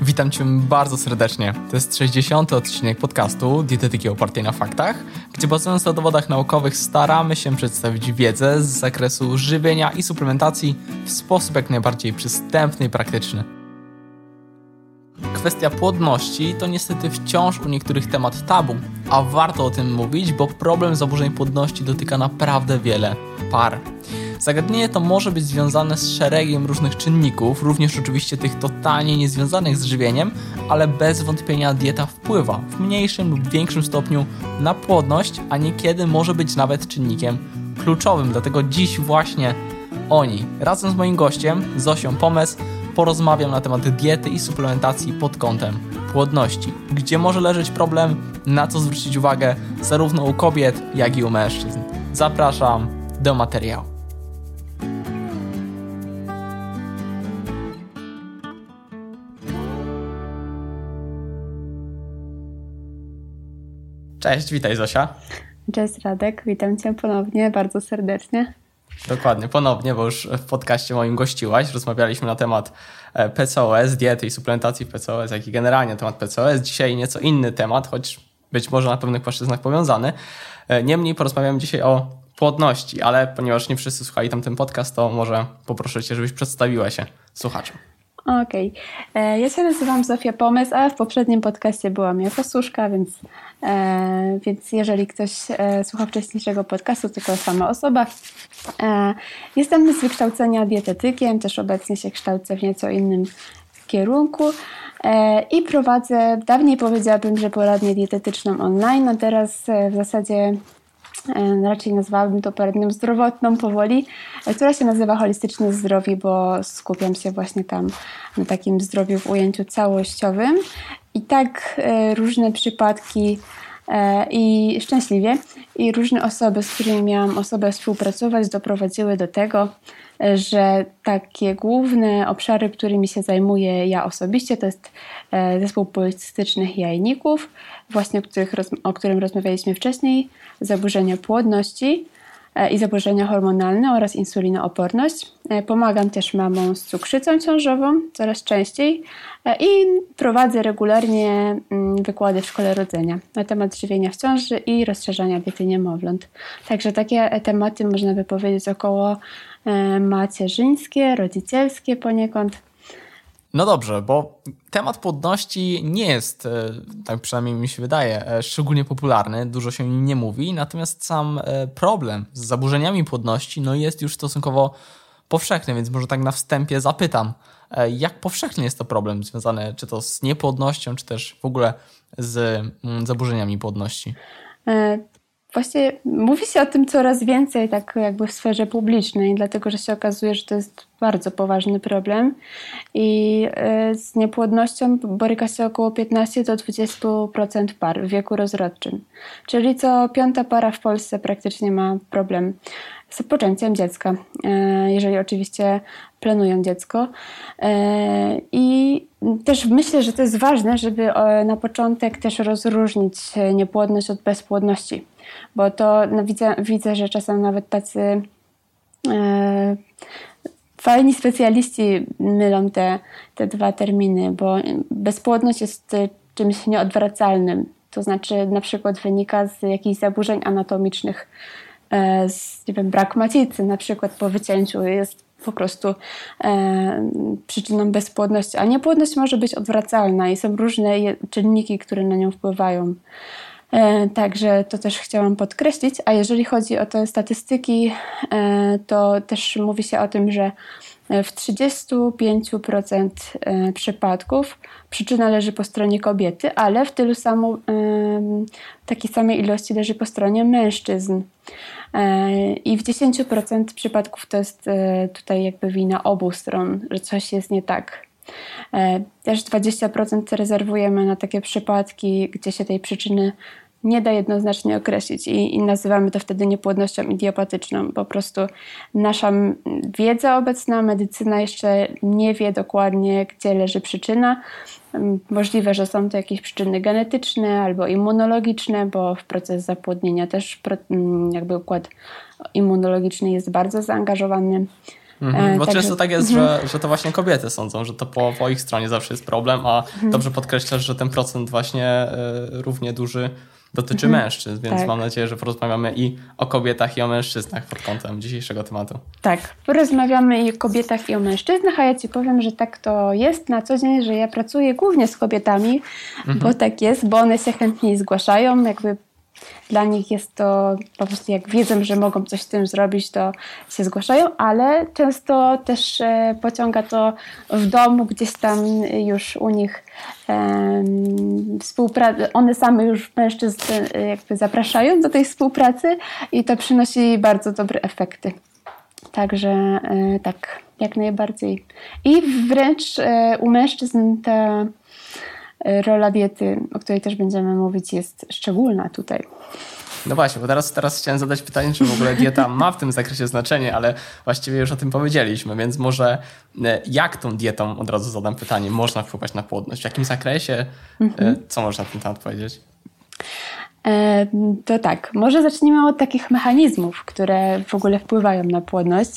Witam Cię bardzo serdecznie. To jest 60. odcinek podcastu Dietetyki opartej na faktach, gdzie bazując na dowodach naukowych staramy się przedstawić wiedzę z zakresu żywienia i suplementacji w sposób jak najbardziej przystępny i praktyczny. Kwestia płodności to niestety wciąż u niektórych temat tabu, a warto o tym mówić, bo problem zaburzeń płodności dotyka naprawdę wiele par. Zagadnienie to może być związane z szeregiem różnych czynników, również oczywiście tych totalnie niezwiązanych z żywieniem, ale bez wątpienia dieta wpływa w mniejszym lub większym stopniu na płodność, a niekiedy może być nawet czynnikiem kluczowym. Dlatego dziś właśnie o niej razem z moim gościem, Zosią Pomez, porozmawiam na temat diety i suplementacji pod kątem płodności. Gdzie może leżeć problem, na co zwrócić uwagę zarówno u kobiet, jak i u mężczyzn. Zapraszam do materiału. Cześć, witaj Zosia. Cześć Radek, witam Cię ponownie bardzo serdecznie. Dokładnie, ponownie, bo już w podcaście moim gościłaś. Rozmawialiśmy na temat PCOS, diety i suplementacji w PCOS, jak i generalnie na temat PCOS. Dzisiaj nieco inny temat, choć być może na pewnych płaszczyznach powiązany. Niemniej porozmawiamy dzisiaj o płodności, ale ponieważ nie wszyscy słuchali tamten podcast, to może poproszę Cię, żebyś przedstawiła się słuchaczom. Okej. Ja się nazywam Zofia Pomez, a w poprzednim podcaście byłam jako służka, więc jeżeli ktoś słucha wcześniejszego podcastu, to ta sama osoba. Jestem z wykształcenia dietetykiem, też obecnie się kształcę w nieco innym kierunku i prowadzę, dawniej powiedziałabym, że poradnię dietetyczną online, a teraz w zasadzie raczej nazwałabym to poradnią zdrowotną powoli, która się nazywa Holistyczne Zdrowie, bo skupiam się właśnie tam na takim zdrowiu w ujęciu całościowym. I tak różne przypadki i szczęśliwie i różne osoby, z którymi miałam osobę współpracować, doprowadziły do tego, że takie główne obszary, którymi się zajmuję ja osobiście, to jest zespół policystycznych jajników, właśnie o którym rozmawialiśmy wcześniej, zaburzenia płodności i zaburzenia hormonalne oraz insulinooporność. Pomagam też mamom z cukrzycą ciążową coraz częściej i prowadzę regularnie wykłady w szkole rodzenia na temat żywienia w ciąży i rozszerzania diety niemowląt. Także takie tematy, można by powiedzieć, około macierzyńskie, rodzicielskie poniekąd. No dobrze, bo temat płodności nie jest, tak przynajmniej mi się wydaje, szczególnie popularny, dużo się o nim nie mówi, natomiast sam problem z zaburzeniami płodności jest już stosunkowo powszechny, więc może tak na wstępie zapytam, jak powszechny jest to problem związany czy to z niepłodnością, czy też w ogóle z zaburzeniami płodności? Właśnie mówi się o tym coraz więcej tak jakby w sferze publicznej, dlatego że się okazuje, że to jest bardzo poważny problem i z niepłodnością boryka się około 15 do 20% par w wieku rozrodczym. Czyli co piąta para w Polsce praktycznie ma problem z poczęciem dziecka, jeżeli oczywiście planują dziecko. I też myślę, że to jest ważne, żeby na początek też rozróżnić niepłodność od bezpłodności, bo to widzę, że czasem nawet tacy fajni specjaliści mylą te dwa terminy, bo bezpłodność jest czymś nieodwracalnym, to znaczy na przykład wynika z jakichś zaburzeń anatomicznych, brak macicy na przykład po wycięciu jest po prostu przyczyną bezpłodności, a niepłodność może być odwracalna i są różne czynniki, które na nią wpływają. Także to też chciałam podkreślić, a jeżeli chodzi o te statystyki, to też mówi się o tym, że w 35% przypadków przyczyna leży po stronie kobiety, ale w takiej samej ilości leży po stronie mężczyzn. I w 10% przypadków to jest tutaj jakby wina obu stron, że coś jest nie tak. Też 20% rezerwujemy na takie przypadki, gdzie się tej przyczyny nie da jednoznacznie określić i nazywamy to wtedy niepłodnością idiopatyczną. Po prostu nasza wiedza obecna, medycyna jeszcze nie wie dokładnie, gdzie leży przyczyna. Możliwe, że są to jakieś przyczyny genetyczne albo immunologiczne, bo w proces zapłodnienia też jakby układ immunologiczny jest bardzo zaangażowany. Bo często tak jest, że to właśnie kobiety sądzą, że to po ich stronie zawsze jest problem, a dobrze podkreślasz, że ten procent właśnie równie duży dotyczy mężczyzn, więc mam nadzieję, że porozmawiamy i o kobietach, i o mężczyznach pod kątem dzisiejszego tematu. Tak, porozmawiamy i o kobietach, i o mężczyznach, a ja Ci powiem, że tak to jest na co dzień, że ja pracuję głównie z kobietami, bo tak jest, bo one się chętniej zgłaszają, jakby dla nich jest to po prostu, jak wiedzą, że mogą coś z tym zrobić, to się zgłaszają, ale często też pociąga to w domu, gdzieś tam już u nich one same już mężczyzn jakby zapraszają do tej współpracy i to przynosi bardzo dobre efekty. Także tak, jak najbardziej. I wręcz u mężczyzn ta rola diety, o której też będziemy mówić, jest szczególna tutaj. No właśnie, bo teraz chciałem zadać pytanie, czy w ogóle dieta ma w tym zakresie znaczenie, ale właściwie już o tym powiedzieliśmy, więc może jak tą dietą, od razu zadam pytanie, można wpływać na płodność? W jakim zakresie? Co można na ten temat powiedzieć? To tak, może zacznijmy od takich mechanizmów, które w ogóle wpływają na płodność.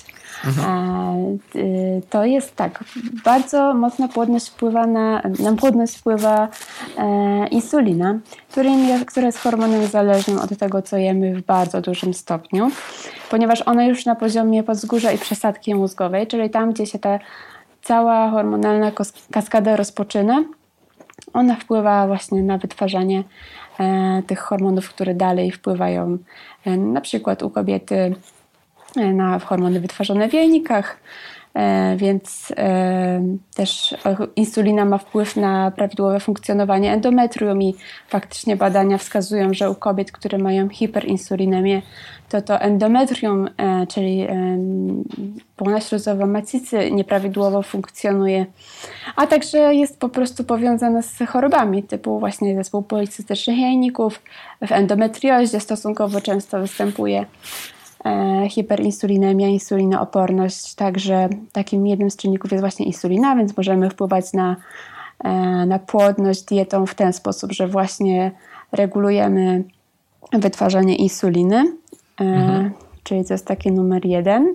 To jest tak, bardzo mocno na płodność wpływa insulina, która jest hormonem zależnym od tego, co jemy w bardzo dużym stopniu, ponieważ ona już na poziomie podzgórza i przesadki mózgowej, czyli tam, gdzie się ta cała hormonalna kaskada rozpoczyna, ona wpływa właśnie na wytwarzanie tych hormonów, które dalej wpływają na przykład u kobiety na hormony wytwarzane w jajnikach, więc też insulina ma wpływ na prawidłowe funkcjonowanie endometrium i faktycznie badania wskazują, że u kobiet, które mają hiperinsulinemię, to endometrium, czyli błona śluzowa macicy, nieprawidłowo funkcjonuje, a także jest po prostu powiązana z chorobami typu właśnie zespół policystycznych jajników. W endometriozie stosunkowo często występuje hiperinsulinemia, insulinooporność, także takim jednym z czynników jest właśnie insulina, więc możemy wpływać na płodność dietą w ten sposób, że właśnie regulujemy wytwarzanie insuliny, czyli to jest taki numer 1.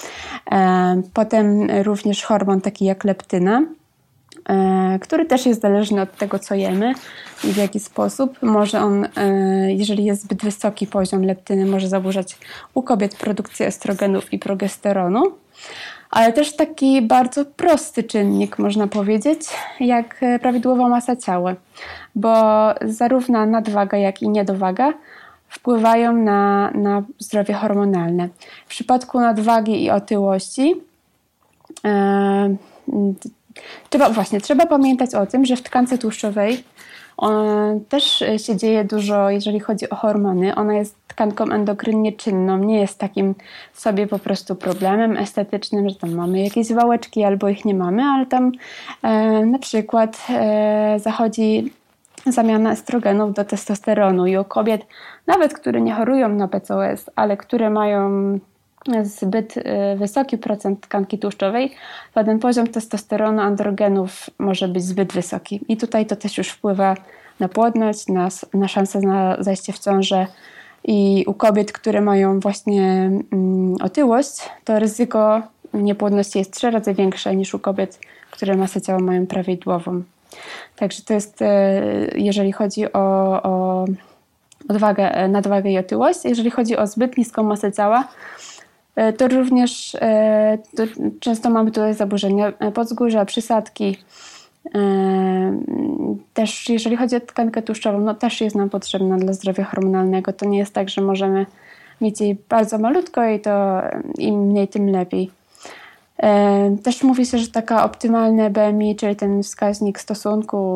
Potem również hormon taki jak leptyna, który też jest zależny od tego, co jemy i w jaki sposób. Może on, jeżeli jest zbyt wysoki poziom leptyny, może zaburzać u kobiet produkcję estrogenów i progesteronu, ale też taki bardzo prosty czynnik, można powiedzieć, jak prawidłowa masa ciała, bo zarówno nadwaga, jak i niedowaga wpływają na zdrowie hormonalne. W przypadku nadwagi i otyłości trzeba pamiętać o tym, że w tkance tłuszczowej też się dzieje dużo, jeżeli chodzi o hormony. Ona jest tkanką endokrynnie czynną, nie jest takim sobie po prostu problemem estetycznym, że tam mamy jakieś wałeczki albo ich nie mamy, ale tam na przykład zachodzi zamiana estrogenów do testosteronu i u kobiet, nawet które nie chorują na PCOS, ale które mają zbyt wysoki procent tkanki tłuszczowej, to ten poziom testosteronu, androgenów może być zbyt wysoki. I tutaj to też już wpływa na płodność, na szansę na zajście w ciążę. I u kobiet, które mają właśnie otyłość, to ryzyko niepłodności jest 3 razy większe niż u kobiet, które masę ciała mają prawidłową. Także to jest, jeżeli chodzi o nadwagę i otyłość. Jeżeli chodzi o zbyt niską masę ciała, to również często mamy tutaj zaburzenia podzgórza, przysadki. Też jeżeli chodzi o tkankę tłuszczową, no też jest nam potrzebna dla zdrowia hormonalnego. To nie jest tak, że możemy mieć jej bardzo malutko i to im mniej, tym lepiej. Też mówi się, że taka optymalne BMI, czyli ten wskaźnik stosunku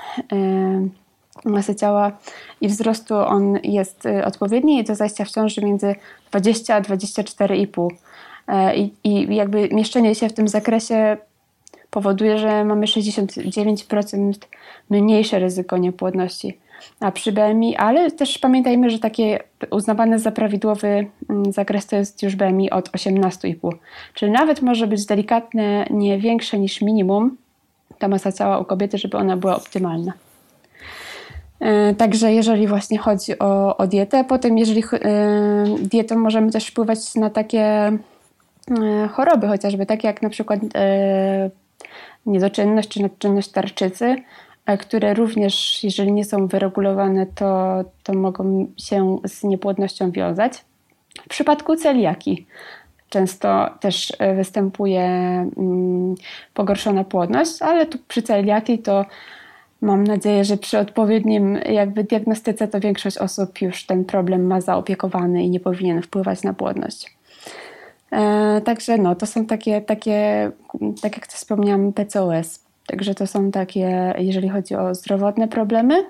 masy ciała i wzrostu, on jest odpowiedni i do zajścia w ciąży między 20 a 24,5. I jakby mieszczenie się w tym zakresie powoduje, że mamy 69% mniejsze ryzyko niepłodności. A przy BMI, ale też pamiętajmy, że takie uznawane za prawidłowy zakres to jest już BMI od 18,5. Czyli nawet może być delikatnie nie większe niż minimum ta masa ciała u kobiety, żeby ona była optymalna. Także jeżeli właśnie chodzi o dietę, potem jeżeli dietą możemy też wpływać na takie choroby chociażby, takie jak na przykład niedoczynność czy nadczynność tarczycy, które również, jeżeli nie są wyregulowane, to mogą się z niepłodnością wiązać. W przypadku celiakii często też występuje pogorszona płodność, ale tu przy celiakii to mam nadzieję, że przy odpowiednim jakby diagnostyce to większość osób już ten problem ma zaopiekowany i nie powinien wpływać na płodność. Także to są takie, tak jak to wspomniałam, PCOS. Także to są takie, jeżeli chodzi o zdrowotne problemy,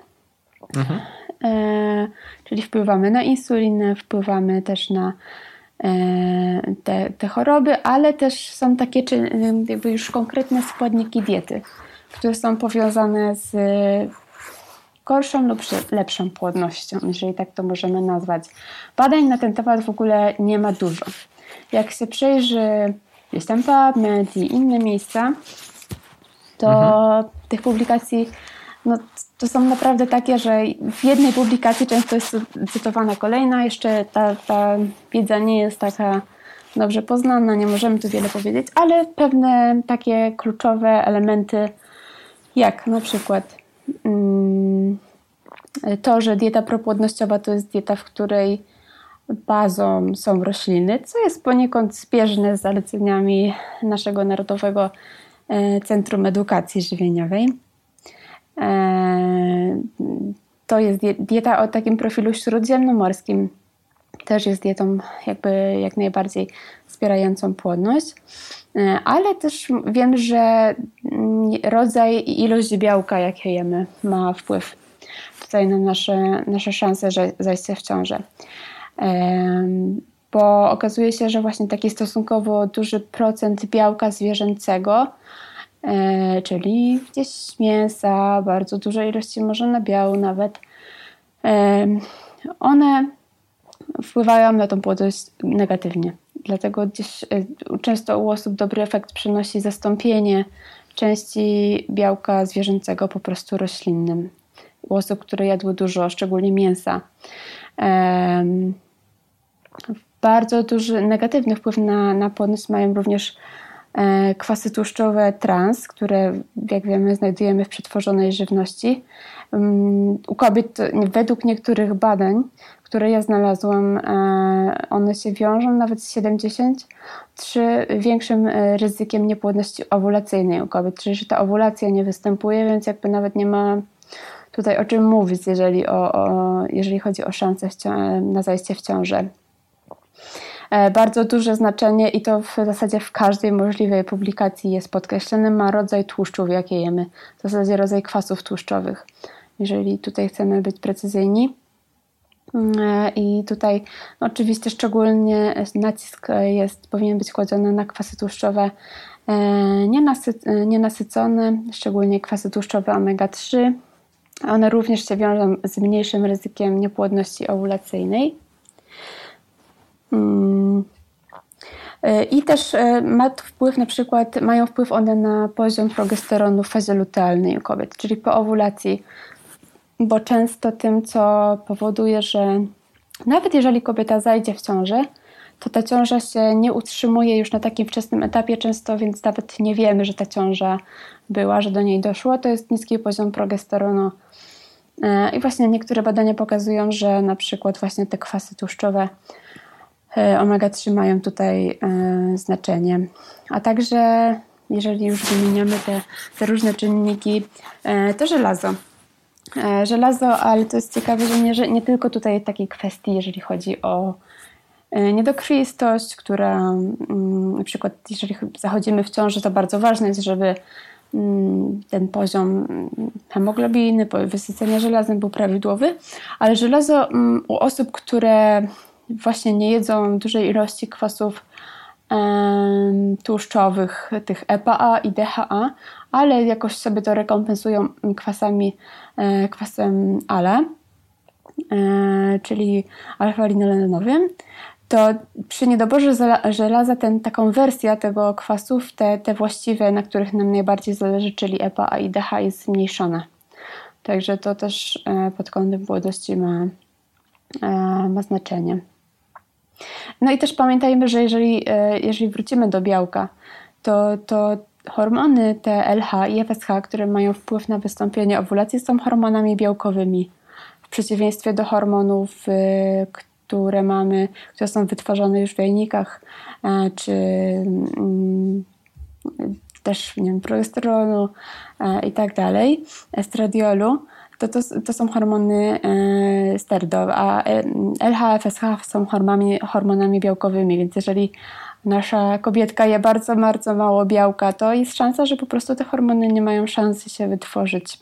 czyli wpływamy na insulinę, wpływamy też na te choroby, ale też są takie jakby już konkretne składniki diety, które są powiązane z gorszą lub lepszą płodnością, jeżeli tak to możemy nazwać. Badań na ten temat w ogóle nie ma dużo. Jak się przejrzy gdzieś tam PubMed i inne miejsca, to tych publikacji to są naprawdę takie, że w jednej publikacji często jest cytowana kolejna, jeszcze ta wiedza nie jest taka dobrze poznana, nie możemy tu wiele powiedzieć, ale pewne takie kluczowe elementy, jak na przykład to, że dieta propłodnościowa to jest dieta, w której bazą są rośliny, co jest poniekąd zbieżne z zaleceniami naszego Narodowego Centrum Edukacji Żywieniowej. To jest dieta o takim profilu śródziemnomorskim. Też jest dietą jakby jak najbardziej wspierającą płodność. Ale też wiem, że rodzaj i ilość białka, jakie jemy, ma wpływ tutaj na nasze szanse zajścia w ciążę. Bo okazuje się, że właśnie taki stosunkowo duży procent białka zwierzęcego, czyli gdzieś mięsa, bardzo duże ilości może nabiału nawet, one wpływają na tą płodność negatywnie. Dlatego gdzieś często u osób dobry efekt przynosi zastąpienie części białka zwierzęcego po prostu roślinnym. U osób, które jadły dużo, szczególnie mięsa. Bardzo duży negatywny wpływ na płodność mają również kwasy tłuszczowe trans, które jak wiemy znajdujemy w przetworzonej żywności. U kobiet według niektórych badań, które ja znalazłam, one się wiążą nawet z 73 większym ryzykiem niepłodności owulacyjnej u kobiet, czyli że ta owulacja nie występuje, więc jakby nawet nie ma tutaj o czym mówić, jeżeli chodzi o szanse na zajście w ciążę. Bardzo duże znaczenie i to w zasadzie w każdej możliwej publikacji jest podkreślony, ma rodzaj tłuszczów, jakie jemy. W zasadzie rodzaj kwasów tłuszczowych, jeżeli tutaj chcemy być precyzyjni. I tutaj oczywiście szczególnie nacisk powinien być kładziony na kwasy tłuszczowe nienasycone, szczególnie kwasy tłuszczowe omega-3. One również się wiążą z mniejszym ryzykiem niepłodności owulacyjnej. I też mają wpływ one na poziom progesteronu w fazie lutealnej u kobiet, czyli po owulacji, bo często tym, co powoduje, że nawet jeżeli kobieta zajdzie w ciążę, to ta ciąża się nie utrzymuje już na takim wczesnym etapie często, więc nawet nie wiemy, że ta ciąża była, że do niej doszło. To jest niski poziom progesteronu. I właśnie niektóre badania pokazują, że na przykład właśnie te kwasy tłuszczowe omega-3 mają tutaj znaczenie. A także, jeżeli już wymieniamy te różne czynniki, to żelazo. Żelazo, ale to jest ciekawe, że nie tylko tutaj takiej kwestii, jeżeli chodzi o niedokrwistość, która na przykład jeżeli zachodzimy w ciąży, to bardzo ważne jest, żeby ten poziom hemoglobiny, wysycenia żelazem był prawidłowy, ale żelazo u osób, które właśnie nie jedzą dużej ilości kwasów tłuszczowych, tych EPA i DHA, ale jakoś sobie to rekompensują kwasem ALA, czyli alfa-linolenowym, to przy niedoborze żelaza taką wersję tego kwasów, te właściwe, na których nam najbardziej zależy, czyli EPA i DHA jest zmniejszona. Także to też pod kątem płodności ma znaczenie. No i też pamiętajmy, że jeżeli wrócimy do białka, to hormony te LH i FSH, które mają wpływ na wystąpienie owulacji, są hormonami białkowymi. W przeciwieństwie do hormonów, które są wytwarzane już w jajnikach, czy też nie wiem, progesteronu i tak dalej, estradiolu, to są hormony sterydowe, a LH, FSH są hormonami białkowymi, więc jeżeli nasza kobietka je bardzo, bardzo mało białka, to jest szansa, że po prostu te hormony nie mają szansy się wytworzyć.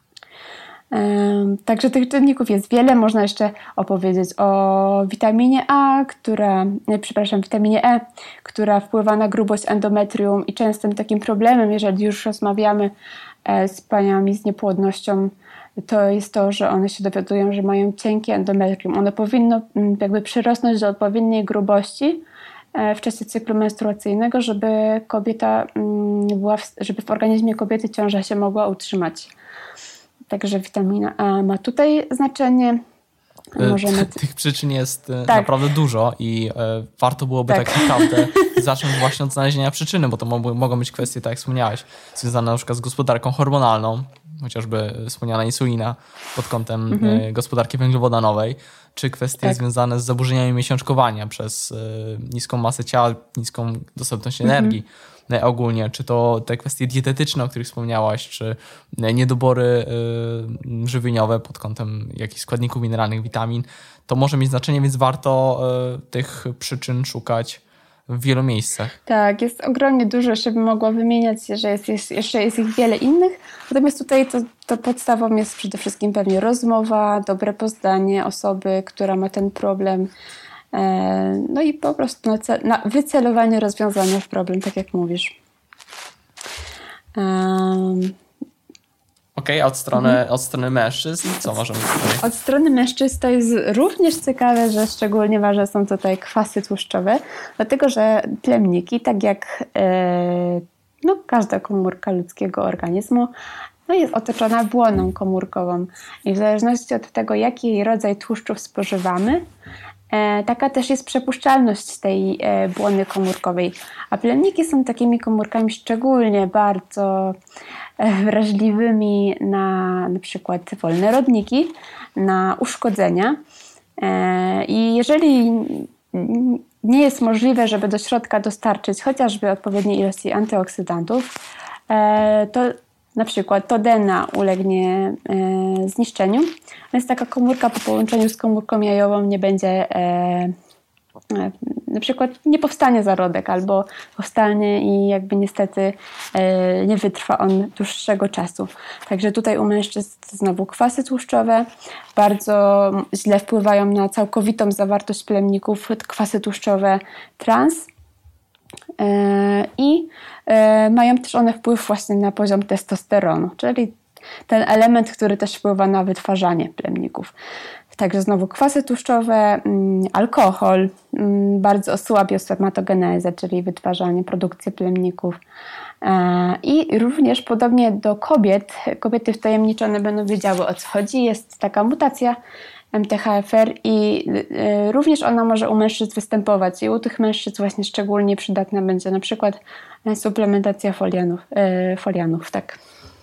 Także tych czynników jest wiele. Można jeszcze opowiedzieć o witaminie witaminie E, która wpływa na grubość endometrium i częstym takim problemem, jeżeli już rozmawiamy z paniami z niepłodnością, to jest to, że one się dowiadują, że mają cienkie endometrium. One powinno jakby przyrosnąć do odpowiedniej grubości w czasie cyklu menstruacyjnego, żeby żeby w organizmie kobiety ciąża się mogła utrzymać. Także witamina A ma tutaj znaczenie. Tych przyczyn jest naprawdę dużo i warto byłoby tak naprawdę zacząć właśnie od znalezienia przyczyny, bo to mogą być kwestie, tak jak wspomniałeś, związane na przykład z gospodarką hormonalną, chociażby wspomniana insulina pod kątem gospodarki węglowodanowej, czy kwestie związane z zaburzeniami miesiączkowania przez niską masę ciała, niską dostępność energii ogólnie, czy to te kwestie dietetyczne, o których wspomniałaś, czy niedobory żywieniowe pod kątem jakichś składników mineralnych, witamin, to może mieć znaczenie, więc warto tych przyczyn szukać w wielu miejscach. Tak, jest ogromnie dużo, jeszcze bym mogła wymieniać, że jeszcze jest ich wiele innych. Natomiast tutaj to podstawą jest przede wszystkim pewnie rozmowa, dobre poznanie osoby, która ma ten problem. No i po prostu na wycelowanie rozwiązania w problem, tak jak mówisz. Okej, a od strony mężczyzn co możemy powiedzieć? Od strony mężczyzn to jest również ciekawe, że szczególnie ważne są tutaj kwasy tłuszczowe, dlatego że plemniki, tak jak każda komórka ludzkiego organizmu, jest otoczona błoną komórkową i w zależności od tego, jaki rodzaj tłuszczów spożywamy, taka też jest przepuszczalność tej błony komórkowej. A plemniki są takimi komórkami szczególnie bardzo wrażliwymi na przykład wolne rodniki, na uszkodzenia. I jeżeli nie jest możliwe, żeby do środka dostarczyć chociażby odpowiedniej ilości antyoksydantów, to na przykład to DNA ulegnie zniszczeniu, więc taka komórka po połączeniu z komórką jajową nie będzie, na przykład nie powstanie zarodek, albo powstanie i jakby niestety nie wytrwa on dłuższego czasu. Także tutaj u mężczyzn znowu kwasy tłuszczowe bardzo źle wpływają na całkowitą zawartość plemników, kwasy tłuszczowe trans. I mają też one wpływ właśnie na poziom testosteronu, czyli ten element, który też wpływa na wytwarzanie plemników. Także znowu kwasy tłuszczowe, alkohol bardzo osłabił spermatogenezę, czyli wytwarzanie, produkcję plemników. I również podobnie do kobiety wtajemniczone będą wiedziały, o co chodzi. Jest taka mutacja MTHFR i również ona może u mężczyzn występować i u tych mężczyzn właśnie szczególnie przydatna będzie na przykład suplementacja folianów, tak.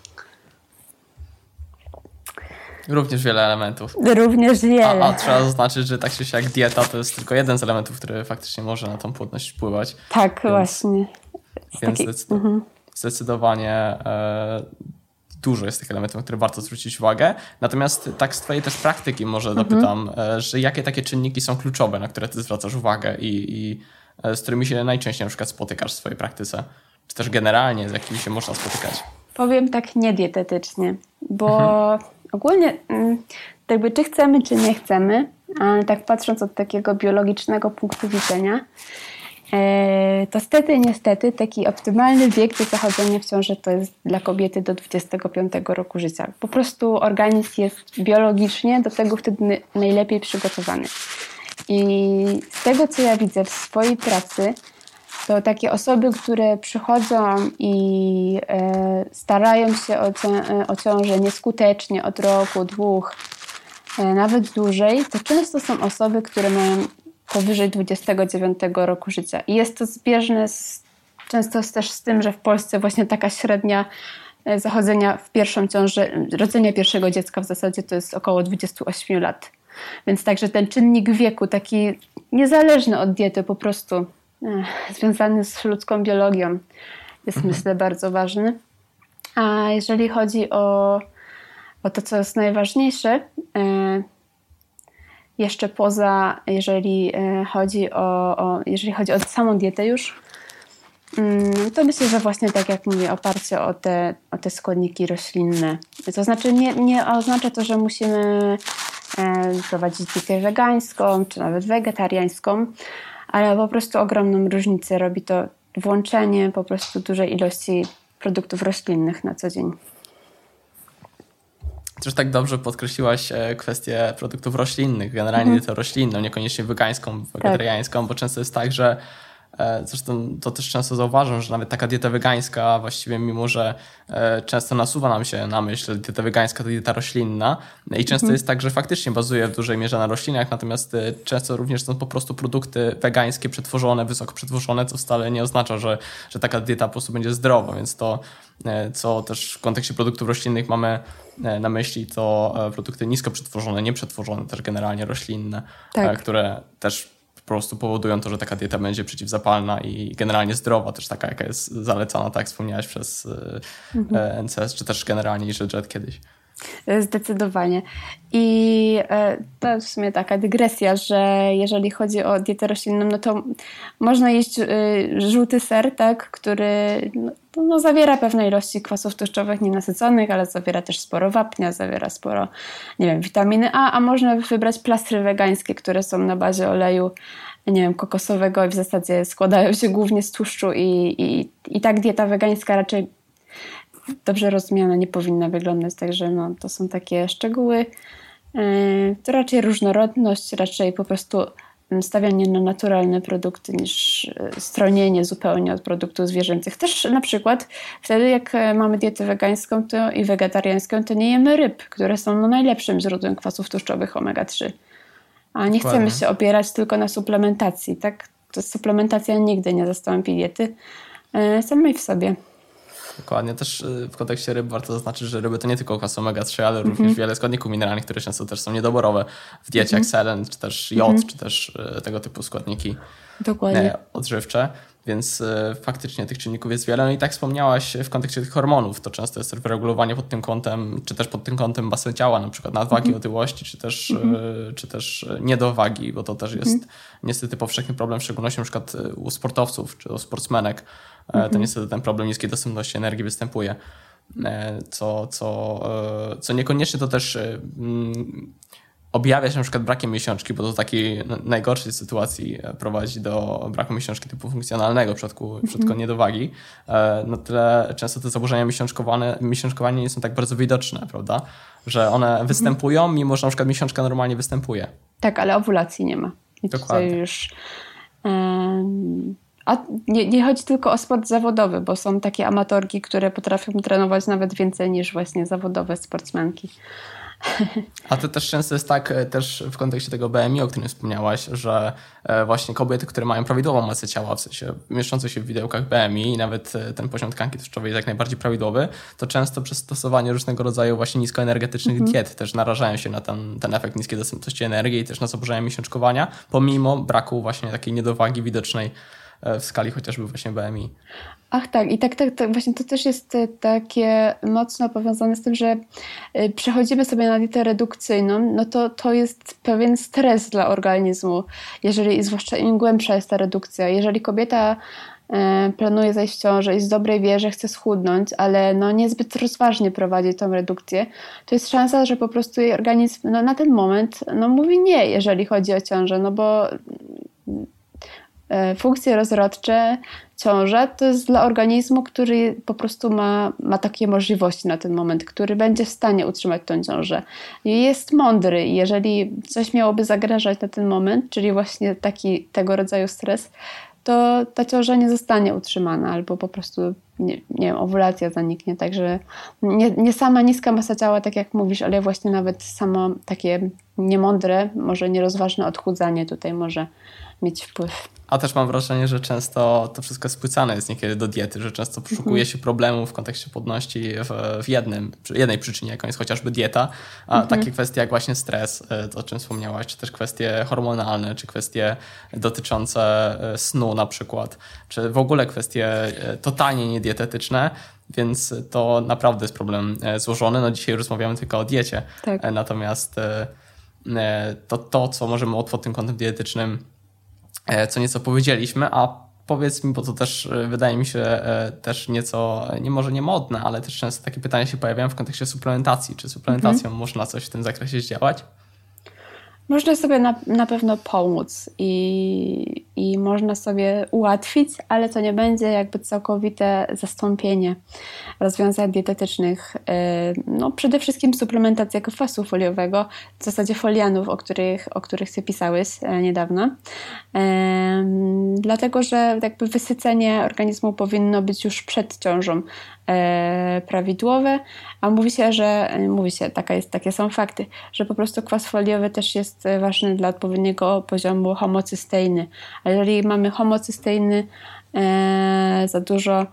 Również wiele elementów. Również wiele. A trzeba zaznaczyć, że tak czy siak dieta to jest tylko jeden z elementów, który faktycznie może na tą płodność wpływać. Tak, właśnie. Więc zdecydowanie dużo jest tych elementów, na które warto zwrócić uwagę. Natomiast tak z twojej też praktyki może dopytam, że jakie takie czynniki są kluczowe, na które ty zwracasz uwagę i z którymi się najczęściej na przykład spotykasz w swojej praktyce? Czy też generalnie z jakimi się można spotykać? Powiem tak niedietetycznie, bo ogólnie jakby czy chcemy, czy nie chcemy, ale tak patrząc od takiego biologicznego punktu widzenia, to stety, niestety taki optymalny wiek do zachodzenia w ciąży to jest dla kobiety do 25 roku życia. Po prostu organizm jest biologicznie do tego wtedy najlepiej przygotowany. I z tego, co ja widzę w swojej pracy, to takie osoby, które przychodzą i starają się o ciążę nieskutecznie od roku, 2, nawet dłużej, to często są osoby, które mają powyżej 29 roku życia. I jest to zbieżne często też z tym, że w Polsce właśnie taka średnia zachodzenia w pierwszą ciążę, rodzenia pierwszego dziecka w zasadzie to jest około 28 lat. Więc także ten czynnik wieku, taki niezależny od diety, po prostu związany z ludzką biologią, jest myślę bardzo ważny. A jeżeli chodzi o to, co jest najważniejsze, jeszcze poza, jeżeli chodzi o samą dietę już, to myślę, że właśnie tak jak mówię, oparcie o te składniki roślinne. To znaczy nie oznacza to, że musimy prowadzić dietę wegańską, czy nawet wegetariańską, ale po prostu ogromną różnicę robi to włączenie po prostu dużej ilości produktów roślinnych na co dzień. Też tak dobrze podkreśliłaś kwestię produktów roślinnych, generalnie dietę roślinną, niekoniecznie wegańską, wegetariańską, bo często jest tak, że zresztą to też często zauważam, że nawet taka dieta wegańska właściwie, mimo że często nasuwa nam się na myśl, dieta wegańska to dieta roślinna i często jest tak, że faktycznie bazuje w dużej mierze na roślinach, natomiast często również są po prostu produkty wegańskie przetworzone, wysoko przetworzone, co wcale nie oznacza, że taka dieta po prostu będzie zdrowa, więc to, co też w kontekście produktów roślinnych mamy na myśli, to produkty nisko przetworzone, nieprzetworzone, też generalnie roślinne, które też po prostu powodują to, że taka dieta będzie przeciwzapalna i generalnie zdrowa, też taka, jaka jest zalecana, tak jak wspomniałaś, przez NCS, czy też generalnie EasyJet kiedyś. Zdecydowanie. I to w sumie taka dygresja, że jeżeli chodzi o dietę roślinną, no to można jeść żółty ser, tak, który zawiera pewne ilości kwasów tłuszczowych nienasyconych, ale zawiera też sporo wapnia, zawiera sporo, nie wiem, witaminy A można wybrać plastry wegańskie, które są na bazie oleju, nie wiem, kokosowego i w zasadzie składają się głównie z tłuszczu i tak dieta wegańska raczej dobrze rozumiana nie powinna wyglądać, także to są takie szczegóły. To raczej różnorodność, raczej po prostu stawianie na naturalne produkty niż stronienie zupełnie od produktów zwierzęcych. Też na przykład wtedy jak mamy dietę wegańską i wegetariańską, to nie jemy ryb, które są najlepszym źródłem kwasów tłuszczowych omega-3. A nie chcemy się opierać tylko na suplementacji, tak? To suplementacja nigdy nie zastąpi diety samej w sobie. Dokładnie. Też w kontekście ryb warto zaznaczyć, że ryby to nie tylko kwasy omega-3, ale również wiele składników mineralnych, które często też są niedoborowe w diecie, jak selen, czy też jod, czy też tego typu składniki odżywcze. Więc faktycznie tych czynników jest wiele. No i tak wspomniałaś w kontekście tych hormonów, to często jest wyregulowanie pod tym kątem, czy też pod tym kątem basen ciała, na przykład nadwagi, otyłości, czy też niedowagi, bo to też jest niestety powszechny problem, w szczególności na przykład u sportowców, czy u sportsmenek. To niestety ten problem niskiej dostępności energii występuje, co niekoniecznie to też objawia się na przykład brakiem miesiączki, bo to w takiej najgorszej sytuacji prowadzi do braku miesiączki typu funkcjonalnego w przypadku niedowagi. Na tyle często te zaburzenia miesiączkowania nie są tak bardzo widoczne, prawda? Że one występują, mimo że na przykład miesiączka normalnie występuje. Tak, ale owulacji nie ma. I dokładnie. Tutaj już... A nie chodzi tylko o sport zawodowy, bo są takie amatorki, które potrafią trenować nawet więcej niż właśnie zawodowe sportsmenki. A to też często jest tak, też w kontekście tego BMI, o którym wspomniałaś, że właśnie kobiety, które mają prawidłową masę ciała, w sensie mieszczące się w widełkach BMI i nawet ten poziom tkanki tłuszczowej jest jak najbardziej prawidłowy, to często przez stosowanie różnego rodzaju właśnie niskoenergetycznych diet też narażają się na ten efekt niskiej dostępności energii i też na zaburzenia miesiączkowania, pomimo braku właśnie takiej niedowagi widocznej w skali chociażby właśnie BMI. Ach tak, i tak właśnie to też jest takie mocno powiązane z tym, że przechodzimy sobie na dietę redukcyjną, no to jest pewien stres dla organizmu, zwłaszcza im głębsza jest ta redukcja. Jeżeli kobieta planuje zajść w ciążę i z dobrej wierze chce schudnąć, ale niezbyt rozważnie prowadzi tą redukcję, to jest szansa, że po prostu jej organizm na ten moment mówi nie, jeżeli chodzi o ciążę, bo funkcje rozrodcze, ciąża to jest dla organizmu, który po prostu ma takie możliwości na ten moment, który będzie w stanie utrzymać tą ciążę. I jest mądry i jeżeli coś miałoby zagrażać na ten moment, czyli właśnie tego rodzaju stres, to ta ciąża nie zostanie utrzymana albo po prostu, nie wiem, owulacja zaniknie. Także nie sama niska masa ciała, tak jak mówisz, ale właśnie nawet samo takie niemądre, może nierozważne odchudzanie tutaj może mieć wpływ. A też mam wrażenie, że często to wszystko spłycane jest niekiedy do diety, że często poszukuje się problemów w kontekście płodności w jednej przyczynie, jaką jest chociażby dieta, a takie kwestie jak właśnie stres, to o czym wspomniałaś, czy też kwestie hormonalne, czy kwestie dotyczące snu na przykład, czy w ogóle kwestie totalnie niedietetyczne, więc to naprawdę jest problem złożony. No dzisiaj rozmawiamy tylko o diecie, Tak. Natomiast to, co możemy pod tym kątem dietetycznym co nieco powiedzieliśmy, a powiedz mi, bo to też wydaje mi się też nieco, może nie modne, ale też często takie pytania się pojawiają w kontekście suplementacji. Czy suplementacją można coś w tym zakresie zdziałać? Można sobie na pewno pomóc i można sobie ułatwić, ale to nie będzie jakby całkowite zastąpienie rozwiązań dietetycznych. No, przede wszystkim suplementacja kwasu foliowego, w zasadzie folianów, o których ty pisałeś niedawno. Dlatego, że jakby wysycenie organizmu powinno być już przed ciążą prawidłowe, a mówi się, takie są fakty, że po prostu kwas foliowy też jest ważny dla odpowiedniego poziomu homocysteiny. A jeżeli mamy homocysteiny za dużo,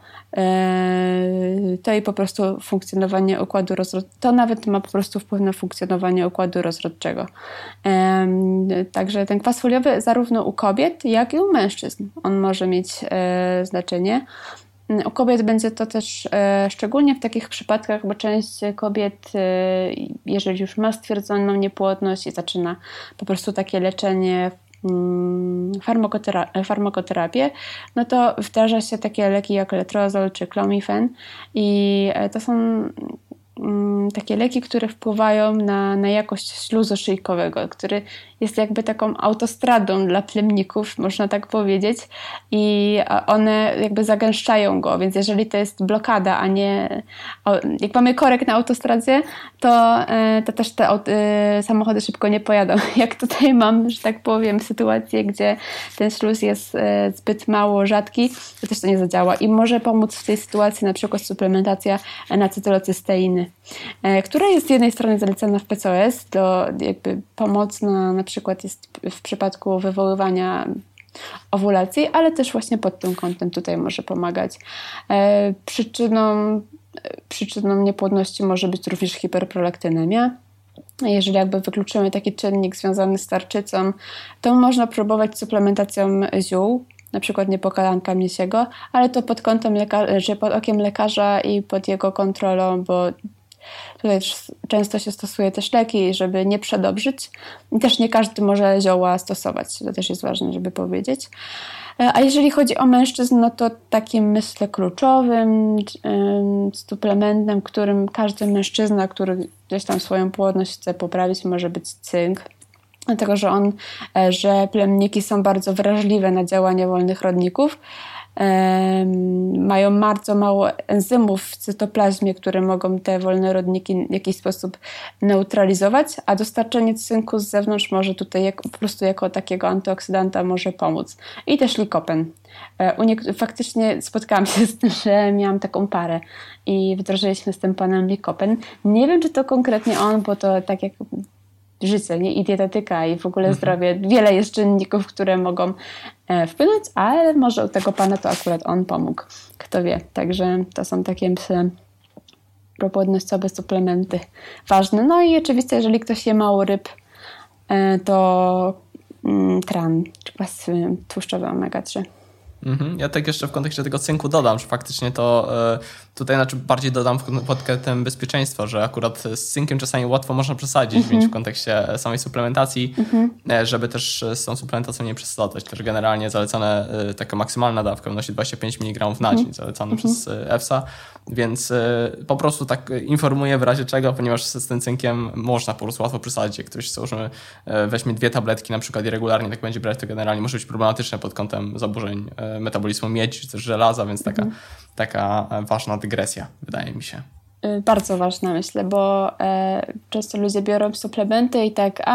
to i po prostu funkcjonowanie układu rozrodczego, to nawet ma po prostu wpływ na funkcjonowanie układu rozrodczego. Także ten kwas foliowy zarówno u kobiet, jak i u mężczyzn on może mieć znaczenie. U kobiet będzie to też szczególnie w takich przypadkach, bo część kobiet, jeżeli już ma stwierdzoną niepłodność i zaczyna po prostu takie leczenie, farmakoterapię, no to wdraża się takie leki jak letrozol czy clomifen i to są takie leki, które wpływają na jakość śluzu szyjkowego, który jest jakby taką autostradą dla plemników, można tak powiedzieć, i one jakby zagęszczają go, więc jeżeli to jest blokada, a nie... Jak mamy korek na autostradzie, to też te samochody szybko nie pojadą. Jak tutaj mam, że tak powiem, sytuację, gdzie ten śluz jest zbyt mało rzadki, to też to nie zadziała i może pomóc w tej sytuacji na przykład suplementacja N-acetylocysteiny, która jest z jednej strony zalecana w PCOS, to jakby pomocna na przykład jest w przypadku wywoływania owulacji, ale też właśnie pod tym kątem tutaj może pomagać. Przyczyną niepłodności może być również hiperprolaktynemia. Jeżeli jakby wykluczymy taki czynnik związany z tarczycą, to można próbować suplementacją ziół, na przykład niepokalanka misiego, ale to pod okiem lekarza i pod jego kontrolą, bo tutaj często się stosuje też leki, żeby nie przedobrzyć. I też nie każdy może zioła stosować. To też jest ważne, żeby powiedzieć. A jeżeli chodzi o mężczyzn, no to takim, myślę, kluczowym suplementem, którym każdy mężczyzna, który gdzieś tam swoją płodność chce poprawić, może być cynk. Dlatego, że plemniki są bardzo wrażliwe na działanie wolnych rodników. Mają bardzo mało enzymów w cytoplazmie, które mogą te wolne rodniki w jakiś sposób neutralizować, a dostarczenie cynku z zewnątrz może tutaj po prostu jako takiego antyoksydanta może pomóc. I też likopen. Faktycznie spotkałam się z tym, że miałam taką parę i wdrożyliśmy z tym panem likopen. Nie wiem, czy to konkretnie on, bo to tak jak życie, nie? I dietetyka i w ogóle zdrowie. Wiele jest czynników, które mogą wpłynąć, ale może u tego pana to akurat on pomógł. Kto wie. Także to są takie, myślę, propłodnościowe suplementy ważne. No i oczywiście, jeżeli ktoś je mało ryb, to tran, czy kwas tłuszczowy omega-3. Ja tak jeszcze w kontekście tego cynku dodam, że faktycznie to tutaj bardziej dodam pod kątem bezpieczeństwa, że akurat z cynkiem czasami łatwo można przesadzić, więc w kontekście samej suplementacji, żeby też z tą suplementacją nie przesadzać. Też generalnie zalecane taka maksymalna dawka wynosi 25 mg na dzień, zalecane przez EFSA, więc po prostu tak informuję w razie czego, ponieważ z tym cynkiem można po prostu łatwo przesadzić. Jak ktoś weźmie 2 tabletki na przykład i regularnie tak będzie brać, to generalnie może być problematyczne pod kątem zaburzeń metabolizmu miedzi czy też żelaza, więc taka ważna dygresja, wydaje mi się. Bardzo ważna, myślę, bo często ludzie biorą suplementy i tak,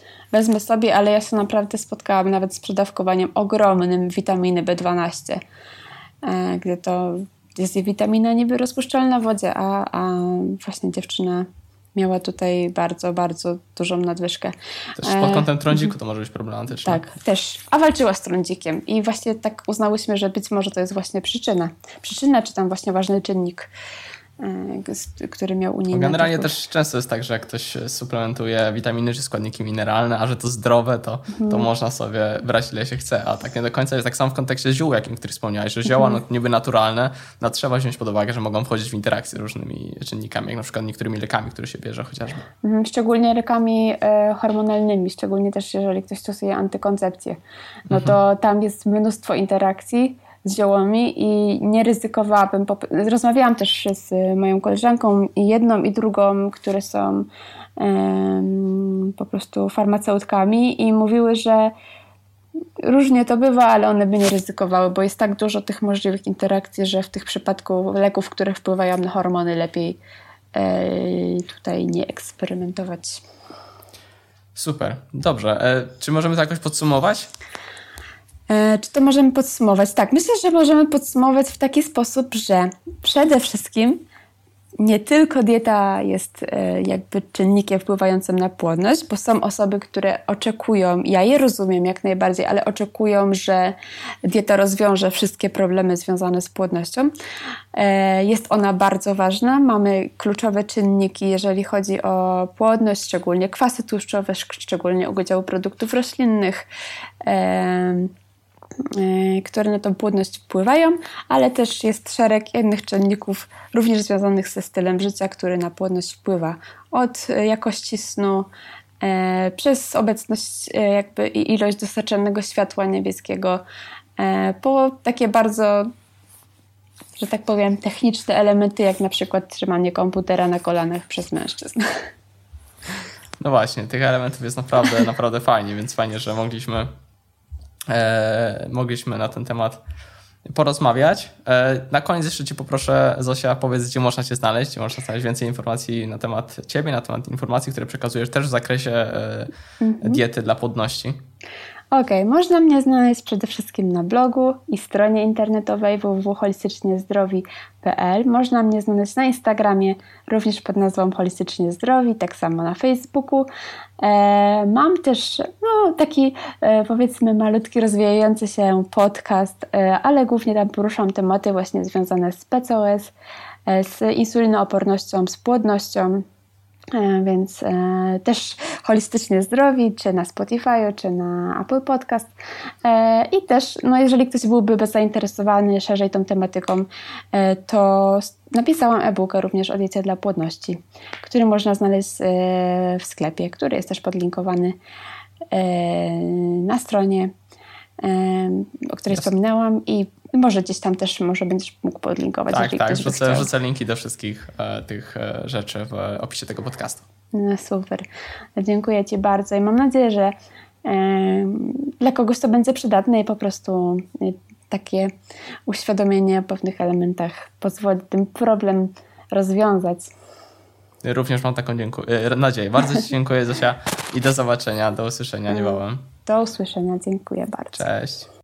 wezmę sobie, ale ja się naprawdę spotkałam nawet z przedawkowaniem ogromnym witaminy B12, gdzie to jest witamina niby rozpuszczalna w wodzie, a właśnie dziewczyna miała tutaj bardzo, bardzo dużą nadwyżkę. Też pod kątem trądziku to może być problematyczne. Tak, też. A walczyła z trądzikiem i właśnie tak uznałyśmy, że być może to jest właśnie przyczyna. Przyczyna, czy tam właśnie ważny czynnik, który miał u niej. Generalnie też często jest tak, że jak ktoś suplementuje witaminy czy składniki mineralne, a że to zdrowe, to można sobie brać ile się chce, a tak nie do końca jest tak samo w kontekście ziół, jakim który wspomniałeś, że zioła niby naturalne, no trzeba wziąć pod uwagę, że mogą wchodzić w interakcję z różnymi czynnikami, jak na przykład niektórymi lekami, które się bierze chociażby. Szczególnie lekami hormonalnymi, szczególnie też jeżeli ktoś stosuje antykoncepcję, no to tam jest mnóstwo interakcji z ziołami i nie ryzykowałabym. Rozmawiałam też z moją koleżanką i jedną i drugą, które są po prostu farmaceutkami i mówiły, że różnie to bywa, ale one by nie ryzykowały, bo jest tak dużo tych możliwych interakcji, że w tych przypadku leków, które wpływają na hormony, lepiej tutaj nie eksperymentować. Super, dobrze. Czy możemy to jakoś podsumować? Czy to możemy podsumować? Tak, myślę, że możemy podsumować w taki sposób, że przede wszystkim nie tylko dieta jest jakby czynnikiem wpływającym na płodność, bo są osoby, które oczekują, ja je rozumiem jak najbardziej, ale oczekują, że dieta rozwiąże wszystkie problemy związane z płodnością. Jest ona bardzo ważna. Mamy kluczowe czynniki, jeżeli chodzi o płodność, szczególnie kwasy tłuszczowe, szczególnie udział produktów roślinnych, które na tą płodność wpływają, ale też jest szereg innych czynników, również związanych ze stylem życia, który na płodność wpływa. Od jakości snu, przez obecność jakby i ilość dostarczanego światła niebieskiego, po takie bardzo, że tak powiem, techniczne elementy, jak na przykład trzymanie komputera na kolanach przez mężczyzn. No właśnie, tych elementów jest naprawdę fajnie, więc fajnie, że mogliśmy na ten temat porozmawiać. Na koniec jeszcze Cię poproszę, Zosia, powiedz, gdzie można Cię znaleźć, gdzie można znaleźć więcej informacji na temat Ciebie, na temat informacji, które przekazujesz też w zakresie diety dla płodności. Okej, można mnie znaleźć przede wszystkim na blogu i stronie internetowej www.holistycznie-zdrowi.pl. Można mnie znaleźć na Instagramie, również pod nazwą Holistycznie Zdrowi, tak samo na Facebooku. Mam też taki powiedzmy malutki, rozwijający się podcast, ale głównie tam poruszam tematy właśnie związane z PCOS, z insulinoopornością, z płodnością. Więc też Holistycznie Zdrowi, czy na Spotify, czy na Apple Podcast. I też, jeżeli ktoś byłby zainteresowany szerzej tą tematyką, to napisałam e-booka również o diecie dla płodności, który można znaleźć w sklepie, który jest też podlinkowany na stronie, o której wspominałam i może gdzieś tam też będziesz mógł podlinkować. Tak, wrzucę linki do wszystkich tych rzeczy w opisie tego podcastu. No super. Dziękuję Ci bardzo i mam nadzieję, że dla kogoś to będzie przydatne i po prostu takie uświadomienie o pewnych elementach pozwoli ten problem rozwiązać. Również mam taką nadzieję. Bardzo Ci dziękuję, Zosia, i do zobaczenia, do usłyszenia niebawem. Do usłyszenia, dziękuję bardzo. Cześć.